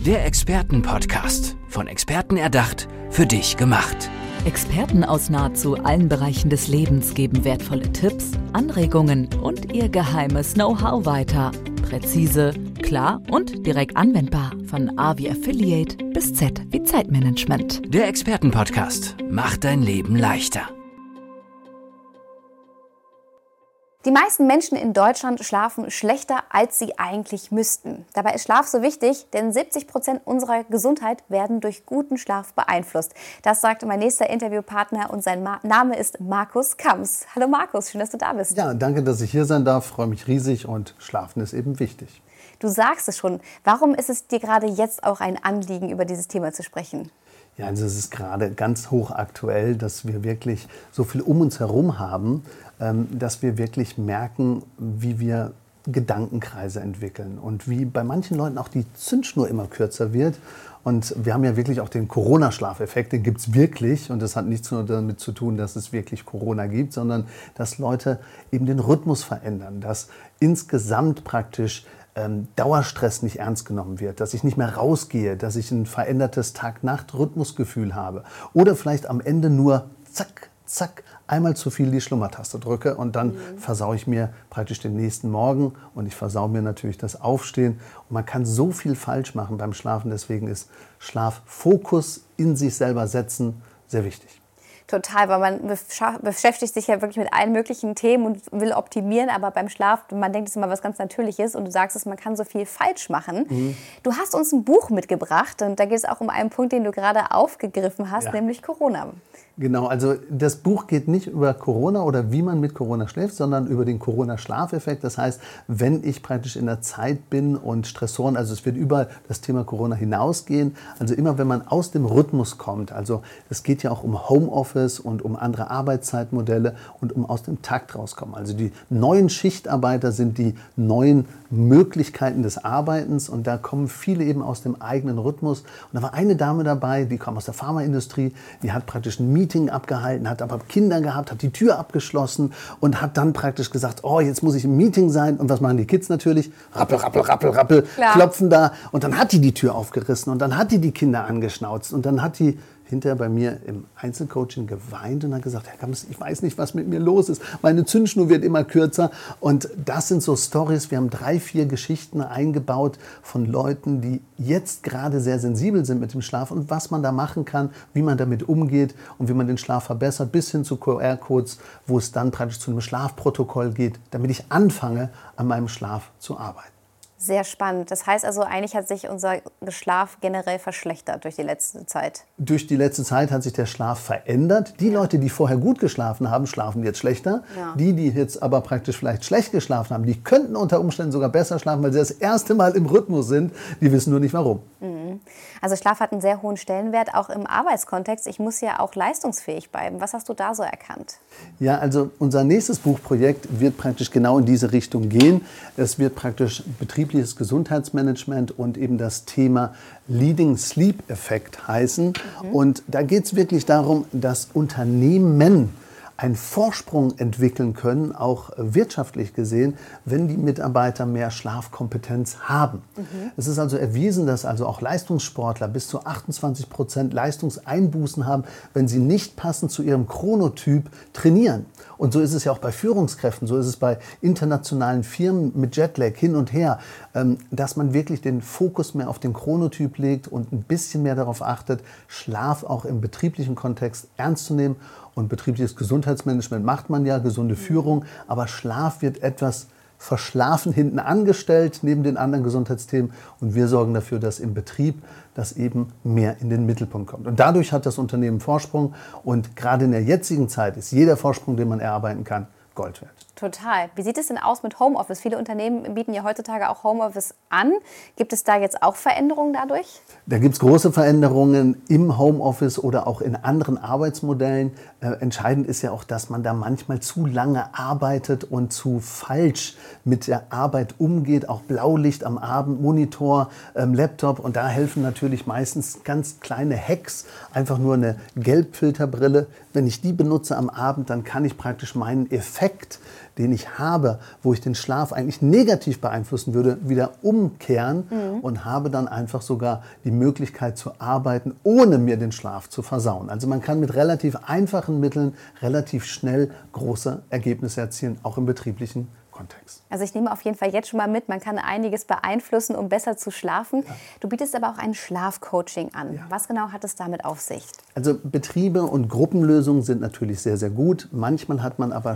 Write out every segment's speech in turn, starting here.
Der Expertenpodcast. Von Experten erdacht, für dich gemacht. Experten aus nahezu allen Bereichen des Lebens geben wertvolle Tipps, Anregungen und ihr geheimes Know-how weiter. Präzise, klar und direkt anwendbar. Von A wie Affiliate bis Z wie Zeitmanagement. Der Expertenpodcast macht dein Leben leichter. Die meisten Menschen in Deutschland schlafen schlechter, als sie eigentlich müssten. Dabei ist Schlaf so wichtig, denn 70% unserer Gesundheit werden durch guten Schlaf beeinflusst. Das sagt mein nächster Interviewpartner und sein Name ist Markus Kamms. Hallo Markus, schön, dass du da bist. Ja, danke, dass ich hier sein darf. Freue mich riesig und Schlafen ist eben wichtig. Du sagst es schon. Warum ist es dir gerade jetzt auch ein Anliegen, über dieses Thema zu sprechen? Ja, also es ist gerade ganz hochaktuell, dass wir wirklich so viel um uns herum haben, dass wir wirklich merken, wie wir Gedankenkreise entwickeln und wie bei manchen Leuten auch die Zündschnur immer kürzer wird. Und wir haben ja wirklich auch den Corona-Schlafeffekt, den gibt es wirklich. Und das hat nichts nur damit zu tun, dass es wirklich Corona gibt, sondern dass Leute eben den Rhythmus verändern, dass insgesamt praktisch Dauerstress nicht ernst genommen wird, dass ich nicht mehr rausgehe, dass ich ein verändertes Tag-Nacht-Rhythmusgefühl habe oder vielleicht am Ende nur zack, zack, einmal zu viel die Schlummertaste drücke und dann versaue ich mir praktisch den nächsten Morgen und ich versaue mir natürlich das Aufstehen. Und man kann so viel falsch machen beim Schlafen, deswegen ist Schlaffokus in sich selber setzen sehr wichtig. Total, weil man beschäftigt sich ja wirklich mit allen möglichen Themen und will optimieren, aber beim Schlaf, man denkt, es ist immer was ganz Natürliches und du sagst es, man kann so viel falsch machen. Du hast uns ein Buch mitgebracht und da geht es auch um einen Punkt, den du gerade aufgegriffen hast, nämlich Corona. Genau, also das Buch geht nicht über Corona oder wie man mit Corona schläft, sondern über den Corona-Schlafeffekt. Das heißt, wenn ich praktisch in der Zeit bin und Stressoren, also es wird über das Thema Corona hinausgehen, also immer wenn man aus dem Rhythmus kommt, also es geht ja auch um Homeoffice und um andere Arbeitszeitmodelle und um aus dem Takt rauskommen. Also die neuen Schichtarbeiter sind die neuen Möglichkeiten des Arbeitens und da kommen viele eben aus dem eigenen Rhythmus. Und da war eine Dame dabei, die kam aus der Pharmaindustrie, die hat praktisch ein Meeting abgehalten, hat aber Kinder gehabt, hat die Tür abgeschlossen und hat dann praktisch gesagt, oh, jetzt muss ich im Meeting sein. Und was machen die Kids natürlich? Rappel, rappel, rappel, rappel, klopfen da. Und dann hat die Tür aufgerissen und dann hat die Kinder angeschnauzt und dann hat die hinterher bei mir im Einzelcoaching geweint und hat gesagt, Herr Kamms, ich weiß nicht, was mit mir los ist. Meine Zündschnur wird immer kürzer. Und das sind so Storys. Wir haben 3, 4 Geschichten eingebaut von Leuten, die jetzt gerade sehr sensibel sind mit dem Schlaf und was man da machen kann, wie man damit umgeht und wie man den Schlaf verbessert, bis hin zu QR-Codes, wo es dann praktisch zu einem Schlafprotokoll geht, damit ich anfange, an meinem Schlaf zu arbeiten. Sehr spannend. Das heißt also, eigentlich hat sich unser Schlaf generell verschlechtert durch die letzte Zeit. Durch die letzte Zeit hat sich der Schlaf verändert. Die Leute, die vorher gut geschlafen haben, schlafen jetzt schlechter. Ja. Die jetzt aber praktisch vielleicht schlecht geschlafen haben, die könnten unter Umständen sogar besser schlafen, weil sie das erste Mal im Rhythmus sind. Die wissen nur nicht warum. Also Schlaf hat einen sehr hohen Stellenwert, auch im Arbeitskontext. Ich muss ja auch leistungsfähig bleiben. Was hast du da so erkannt? Ja, also unser nächstes Buchprojekt wird praktisch genau in diese Richtung gehen. Es wird praktisch betriebliches Gesundheitsmanagement und eben das Thema Leading Sleep Effekt heißen. Und da geht es wirklich darum, dass Unternehmen einen Vorsprung entwickeln können, auch wirtschaftlich gesehen, wenn die Mitarbeiter mehr Schlafkompetenz haben. Es ist also erwiesen, dass also auch Leistungssportler bis zu 28% Leistungseinbußen haben, wenn sie nicht passend zu ihrem Chronotyp trainieren. Und so ist es ja auch bei Führungskräften, so ist es bei internationalen Firmen mit Jetlag hin und her, dass man wirklich den Fokus mehr auf den Chronotyp legt und ein bisschen mehr darauf achtet, Schlaf auch im betrieblichen Kontext ernst zu nehmen. Und betriebliches Gesundheitsmanagement macht man ja, gesunde Führung, aber Schlaf wird etwas verschlafen hinten angestellt neben den anderen Gesundheitsthemen und wir sorgen dafür, dass im Betrieb das eben mehr in den Mittelpunkt kommt. Und dadurch hat das Unternehmen Vorsprung und gerade in der jetzigen Zeit ist jeder Vorsprung, den man erarbeiten kann, Gold wert. Total. Wie sieht es denn aus mit Homeoffice? Viele Unternehmen bieten ja heutzutage auch Homeoffice an. Gibt es da jetzt auch Veränderungen dadurch? Da gibt es große Veränderungen im Homeoffice oder auch in anderen Arbeitsmodellen. Entscheidend ist ja auch, dass man da manchmal zu lange arbeitet und zu falsch mit der Arbeit umgeht. Auch Blaulicht am Abend, Monitor, Laptop. Und da helfen natürlich meistens ganz kleine Hacks. Einfach nur eine Gelbfilterbrille. Wenn ich die benutze am Abend, dann kann ich praktisch meinen Effekt den ich habe, wo ich den Schlaf eigentlich negativ beeinflussen würde, wieder umkehren und habe dann einfach sogar die Möglichkeit zu arbeiten, ohne mir den Schlaf zu versauen. Also man kann mit relativ einfachen Mitteln relativ schnell große Ergebnisse erzielen, auch im betrieblichen Kontext. Also ich nehme auf jeden Fall jetzt schon mal mit, man kann einiges beeinflussen, um besser zu schlafen. Ja. Du bietest aber auch ein Schlafcoaching an. Ja. Was genau hat es damit auf sich? Also Betriebe und Gruppenlösungen sind natürlich sehr, sehr gut. Manchmal hat man aber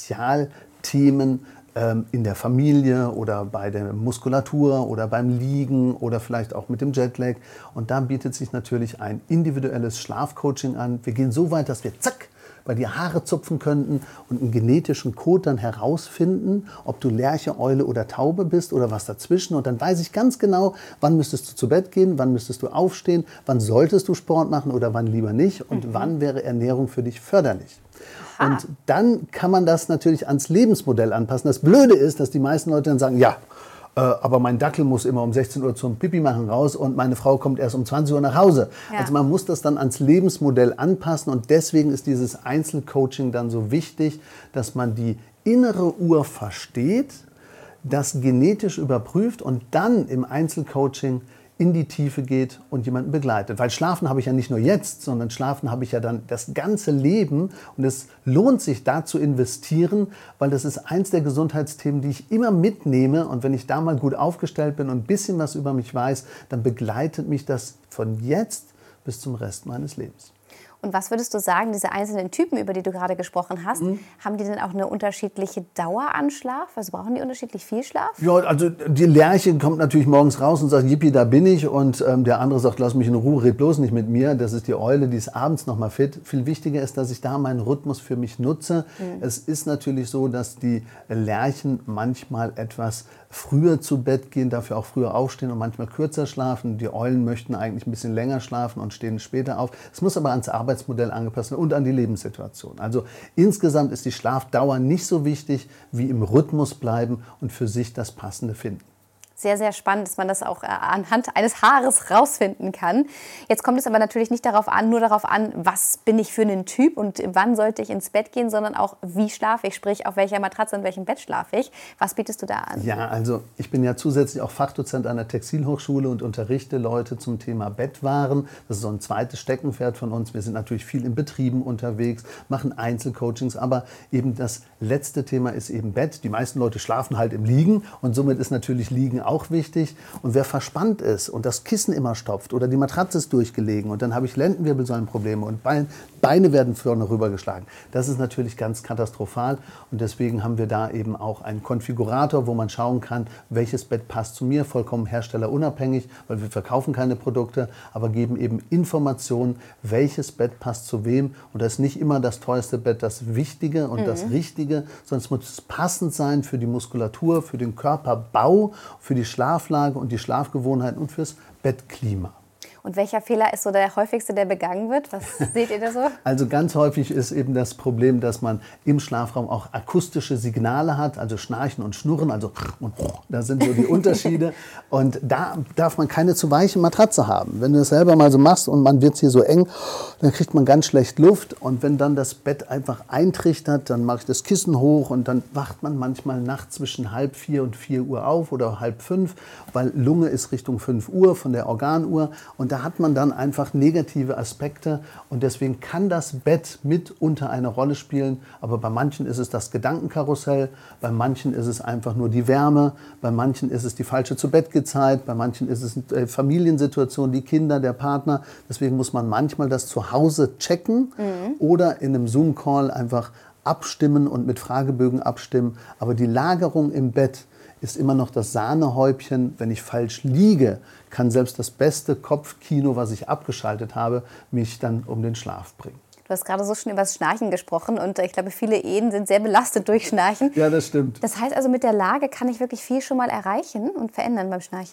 Spezialthemen in der Familie oder bei der Muskulatur oder beim Liegen oder vielleicht auch mit dem Jetlag. Und da bietet sich natürlich ein individuelles Schlafcoaching an. Wir gehen so weit, dass wir bei dir Haare zupfen könnten und einen genetischen Code dann herausfinden, ob du Lerche, Eule oder Taube bist oder was dazwischen. Und dann weiß ich ganz genau, wann müsstest du zu Bett gehen, wann müsstest du aufstehen, wann solltest du Sport machen oder wann lieber nicht und wann wäre Ernährung für dich förderlich. Und dann kann man das natürlich ans Lebensmodell anpassen. Das Blöde ist, dass die meisten Leute dann sagen, ja, aber mein Dackel muss immer um 16 Uhr zum Pipi machen raus und meine Frau kommt erst um 20 Uhr nach Hause. Ja. Also man muss das dann ans Lebensmodell anpassen und deswegen ist dieses Einzelcoaching dann so wichtig, dass man die innere Uhr versteht, das genetisch überprüft und dann im Einzelcoaching in die Tiefe geht und jemanden begleitet. Weil Schlafen habe ich ja nicht nur jetzt, sondern Schlafen habe ich ja dann das ganze Leben. Und es lohnt sich, da zu investieren, weil das ist eins der Gesundheitsthemen, die ich immer mitnehme. Und wenn ich da mal gut aufgestellt bin und ein bisschen was über mich weiß, dann begleitet mich das von jetzt bis zum Rest meines Lebens. Und was würdest du sagen, diese einzelnen Typen, über die du gerade gesprochen hast, haben die denn auch eine unterschiedliche Dauer an Schlaf? Also brauchen die unterschiedlich viel Schlaf? Ja, also die Lerche kommt natürlich morgens raus und sagt, Yippie, da bin ich. Und der andere sagt, lass mich in Ruhe, red bloß nicht mit mir. Das ist die Eule, die ist abends noch mal fit. Viel wichtiger ist, dass ich da meinen Rhythmus für mich nutze. Es ist natürlich so, dass die Lerchen manchmal etwas früher zu Bett gehen, dafür auch früher aufstehen und manchmal kürzer schlafen. Die Eulen möchten eigentlich ein bisschen länger schlafen und stehen später auf. Es muss aber ans Arbeitsmodell angepasst werden und an die Lebenssituation. Also insgesamt ist die Schlafdauer nicht so wichtig, wie im Rhythmus bleiben und für sich das Passende finden. Sehr, sehr spannend, dass man das auch anhand eines Haares rausfinden kann. Jetzt kommt es aber natürlich nicht nur darauf an, was bin ich für einen Typ und wann sollte ich ins Bett gehen, sondern auch, wie schlafe ich, sprich auf welcher Matratze und welchem Bett schlafe ich. Was bietest du da an? Ja, also ich bin ja zusätzlich auch Fachdozent an der Textilhochschule und unterrichte Leute zum Thema Bettwaren. Das ist so ein zweites Steckenpferd von uns. Wir sind natürlich viel in Betrieben unterwegs, machen Einzelcoachings, aber eben das letzte Thema ist eben Bett. Die meisten Leute schlafen halt im Liegen und somit ist natürlich Liegen auch wichtig. Und wer verspannt ist und das Kissen immer stopft oder die Matratze ist durchgelegen und dann habe ich Lendenwirbelsäulenprobleme und Beine werden vorne rübergeschlagen, das ist natürlich ganz katastrophal. Und deswegen haben wir da eben auch einen Konfigurator, wo man schauen kann, welches Bett passt zu mir, vollkommen herstellerunabhängig, weil wir verkaufen keine Produkte, aber geben eben Informationen, welches Bett passt zu wem. Und das ist nicht immer das teuerste Bett das Wichtige und das Richtige, sondern es muss passend sein für die Muskulatur, für den Körperbau, für die Schlaflage und die Schlafgewohnheiten und fürs Bettklima. Und welcher Fehler ist so der häufigste, der begangen wird? Was seht ihr da so? Also ganz häufig ist eben das Problem, dass man im Schlafraum auch akustische Signale hat, also Schnarchen und Schnurren, also und da sind so die Unterschiede. Und da darf man keine zu weiche Matratze haben. Wenn du das selber mal so machst und man wird hier so eng, dann kriegt man ganz schlecht Luft. Und wenn dann das Bett einfach eintrichtert, dann mache ich das Kissen hoch und dann wacht man manchmal nachts zwischen 3:30 und 4 Uhr auf oder 4:30, weil Lunge ist Richtung 5 Uhr von der Organuhr. Und da hat man dann einfach negative Aspekte und deswegen kann das Bett mitunter eine Rolle spielen. Aber bei manchen ist es das Gedankenkarussell, bei manchen ist es einfach nur die Wärme, bei manchen ist es die falsche Zu-Bett-Gezeit, bei manchen ist es eine Familiensituation, die Kinder, der Partner. Deswegen muss man manchmal das zu Hause checken oder in einem Zoom-Call einfach abstimmen und mit Fragebögen abstimmen. Aber die Lagerung im Bett ist immer noch das Sahnehäubchen. Wenn ich falsch liege, kann selbst das beste Kopfkino, was ich abgeschaltet habe, mich dann um den Schlaf bringen. Du hast gerade so schon über das Schnarchen gesprochen und ich glaube, viele Ehen sind sehr belastet durch Schnarchen. Ja, das stimmt. Das heißt also, mit der Lage kann ich wirklich viel schon mal erreichen und verändern beim Schnarchen?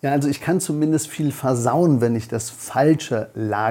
Ja, also ich kann zumindest viel versauen, wenn ich das falsche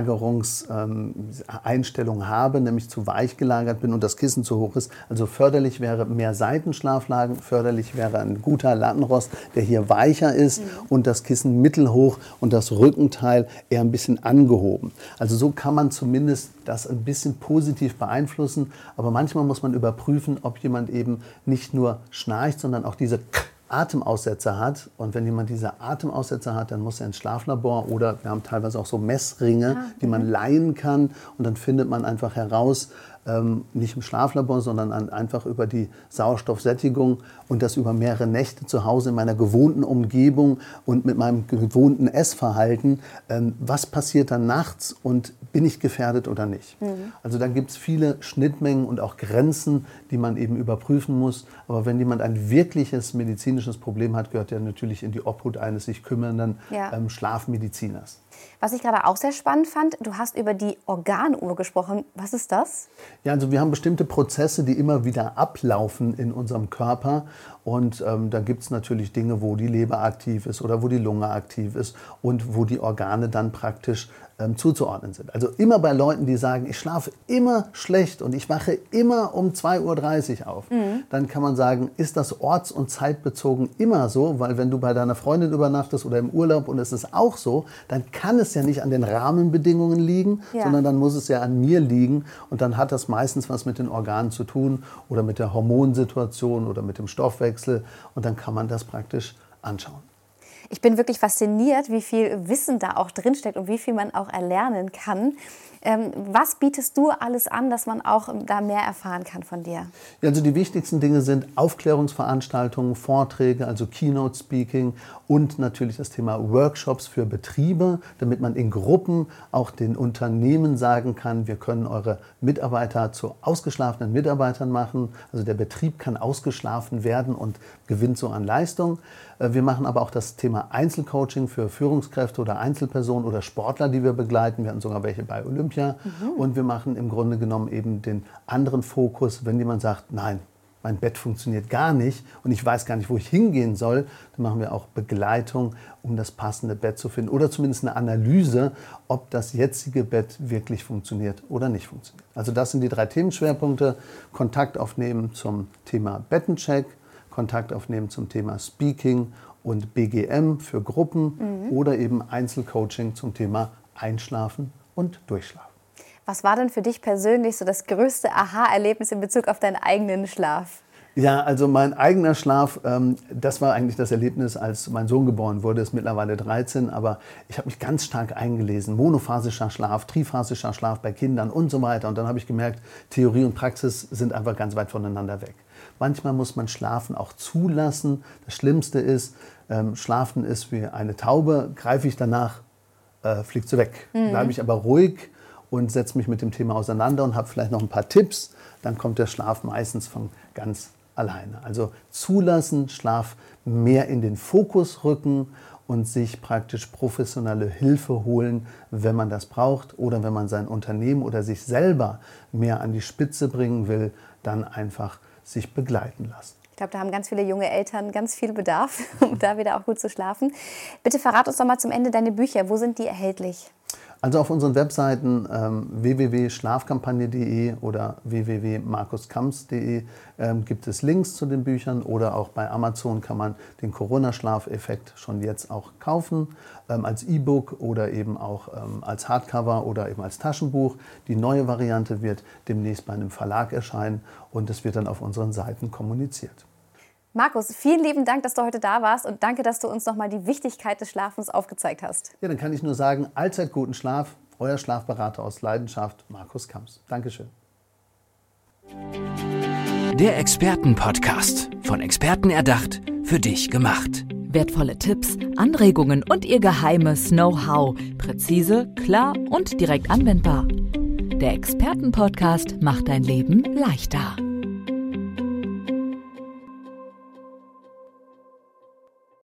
Lagerungseinstellung habe, nämlich zu weich gelagert bin und das Kissen zu hoch ist. Also förderlich wäre mehr Seitenschlaflagen, förderlich wäre ein guter Lattenrost, der hier weicher ist und das Kissen mittelhoch und das Rückenteil eher ein bisschen angehoben. Also so kann man zumindest das ein bisschen positiv beeinflussen, aber manchmal muss man überprüfen, ob jemand eben nicht nur schnarcht, sondern auch diese Atemaussetzer hat. Und wenn jemand diese Atemaussetzer hat, dann muss er ins Schlaflabor oder wir haben teilweise auch so Messringe, die man leihen kann und dann findet man einfach heraus, nicht im Schlaflabor, sondern einfach über die Sauerstoffsättigung und das über mehrere Nächte zu Hause in meiner gewohnten Umgebung und mit meinem gewohnten Essverhalten. Was passiert dann nachts und bin ich gefährdet oder nicht? Also da gibt es viele Schnittmengen und auch Grenzen, die man eben überprüfen muss. Aber wenn jemand ein wirkliches medizinisches Problem hat, gehört er natürlich in die Obhut eines sich kümmernden Schlafmediziners. Was ich gerade auch sehr spannend fand, du hast über die Organuhr gesprochen. Was ist das? Ja, also wir haben bestimmte Prozesse, die immer wieder ablaufen in unserem Körper. Und da gibt es natürlich Dinge, wo die Leber aktiv ist oder wo die Lunge aktiv ist und wo die Organe dann praktisch zuzuordnen sind. Also immer bei Leuten, die sagen, ich schlafe immer schlecht und ich wache immer um 2:30 Uhr auf, dann kann man sagen, ist das orts- und zeitbezogen immer so? Weil wenn du bei deiner Freundin übernachtest oder im Urlaub und es ist auch so, dann kann es ja nicht an den Rahmenbedingungen liegen, sondern dann muss es ja an mir liegen und dann hat das meistens was mit den Organen zu tun oder mit der Hormonsituation oder mit dem Stoffwechsel und dann kann man das praktisch anschauen. Ich bin wirklich fasziniert, wie viel Wissen da auch drinsteckt und wie viel man auch erlernen kann. Was bietest du alles an, dass man auch da mehr erfahren kann von dir? Ja, also die wichtigsten Dinge sind Aufklärungsveranstaltungen, Vorträge, also Keynote Speaking und natürlich das Thema Workshops für Betriebe, damit man in Gruppen auch den Unternehmen sagen kann, wir können eure Mitarbeiter zu ausgeschlafenen Mitarbeitern machen. Also der Betrieb kann ausgeschlafen werden und gewinnt so an Leistung. Wir machen aber auch das Thema Einzelcoaching für Führungskräfte oder Einzelpersonen oder Sportler, die wir begleiten. Wir hatten sogar welche bei Olympia. Und wir machen im Grunde genommen eben den anderen Fokus, wenn jemand sagt, nein, mein Bett funktioniert gar nicht und ich weiß gar nicht, wo ich hingehen soll, dann machen wir auch Begleitung, um das passende Bett zu finden oder zumindest eine Analyse, ob das jetzige Bett wirklich funktioniert oder nicht funktioniert. Also das sind die 3 Themenschwerpunkte: Kontakt aufnehmen zum Thema Bettencheck, Kontakt aufnehmen zum Thema Speaking und BGM für Gruppen oder eben Einzelcoaching zum Thema Einschlafen und Durchschlafen. Was war denn für dich persönlich so das größte Aha-Erlebnis in Bezug auf deinen eigenen Schlaf? Ja, also mein eigener Schlaf, das war eigentlich das Erlebnis, als mein Sohn geboren wurde, ist mittlerweile 13, aber ich habe mich ganz stark eingelesen, monophasischer Schlaf, triphasischer Schlaf bei Kindern und so weiter. Und dann habe ich gemerkt, Theorie und Praxis sind einfach ganz weit voneinander weg. Manchmal muss man Schlafen auch zulassen. Das Schlimmste ist, Schlafen ist wie eine Taube, greife ich danach, fliegt sie weg. Bleibe ich aber ruhig und setze mich mit dem Thema auseinander und habe vielleicht noch ein paar Tipps, dann kommt der Schlaf meistens von ganz alleine. Also zulassen, Schlaf mehr in den Fokus rücken und sich praktisch professionelle Hilfe holen, wenn man das braucht oder wenn man sein Unternehmen oder sich selber mehr an die Spitze bringen will, dann einfach sich begleiten lassen. Ich glaube, da haben ganz viele junge Eltern ganz viel Bedarf, um da wieder auch gut zu schlafen. Bitte verrat uns doch mal zum Ende deine Bücher. Wo sind die erhältlich? Also auf unseren Webseiten www.schlafkampagne.de oder www.markuskamps.de gibt es Links zu den Büchern oder auch bei Amazon kann man den Corona-Schlafeffekt schon jetzt auch kaufen, als E-Book oder eben auch als Hardcover oder eben als Taschenbuch. Die neue Variante wird demnächst bei einem Verlag erscheinen und es wird dann auf unseren Seiten kommuniziert. Markus, vielen lieben Dank, dass du heute da warst und danke, dass du uns nochmal die Wichtigkeit des Schlafens aufgezeigt hast. Ja, dann kann ich nur sagen, allzeit guten Schlaf. Euer Schlafberater aus Leidenschaft, Markus Kamps. Dankeschön. Der Expertenpodcast. Von Experten erdacht, für dich gemacht. Wertvolle Tipps, Anregungen und ihr geheimes Know-how. Präzise, klar und direkt anwendbar. Der Expertenpodcast macht dein Leben leichter.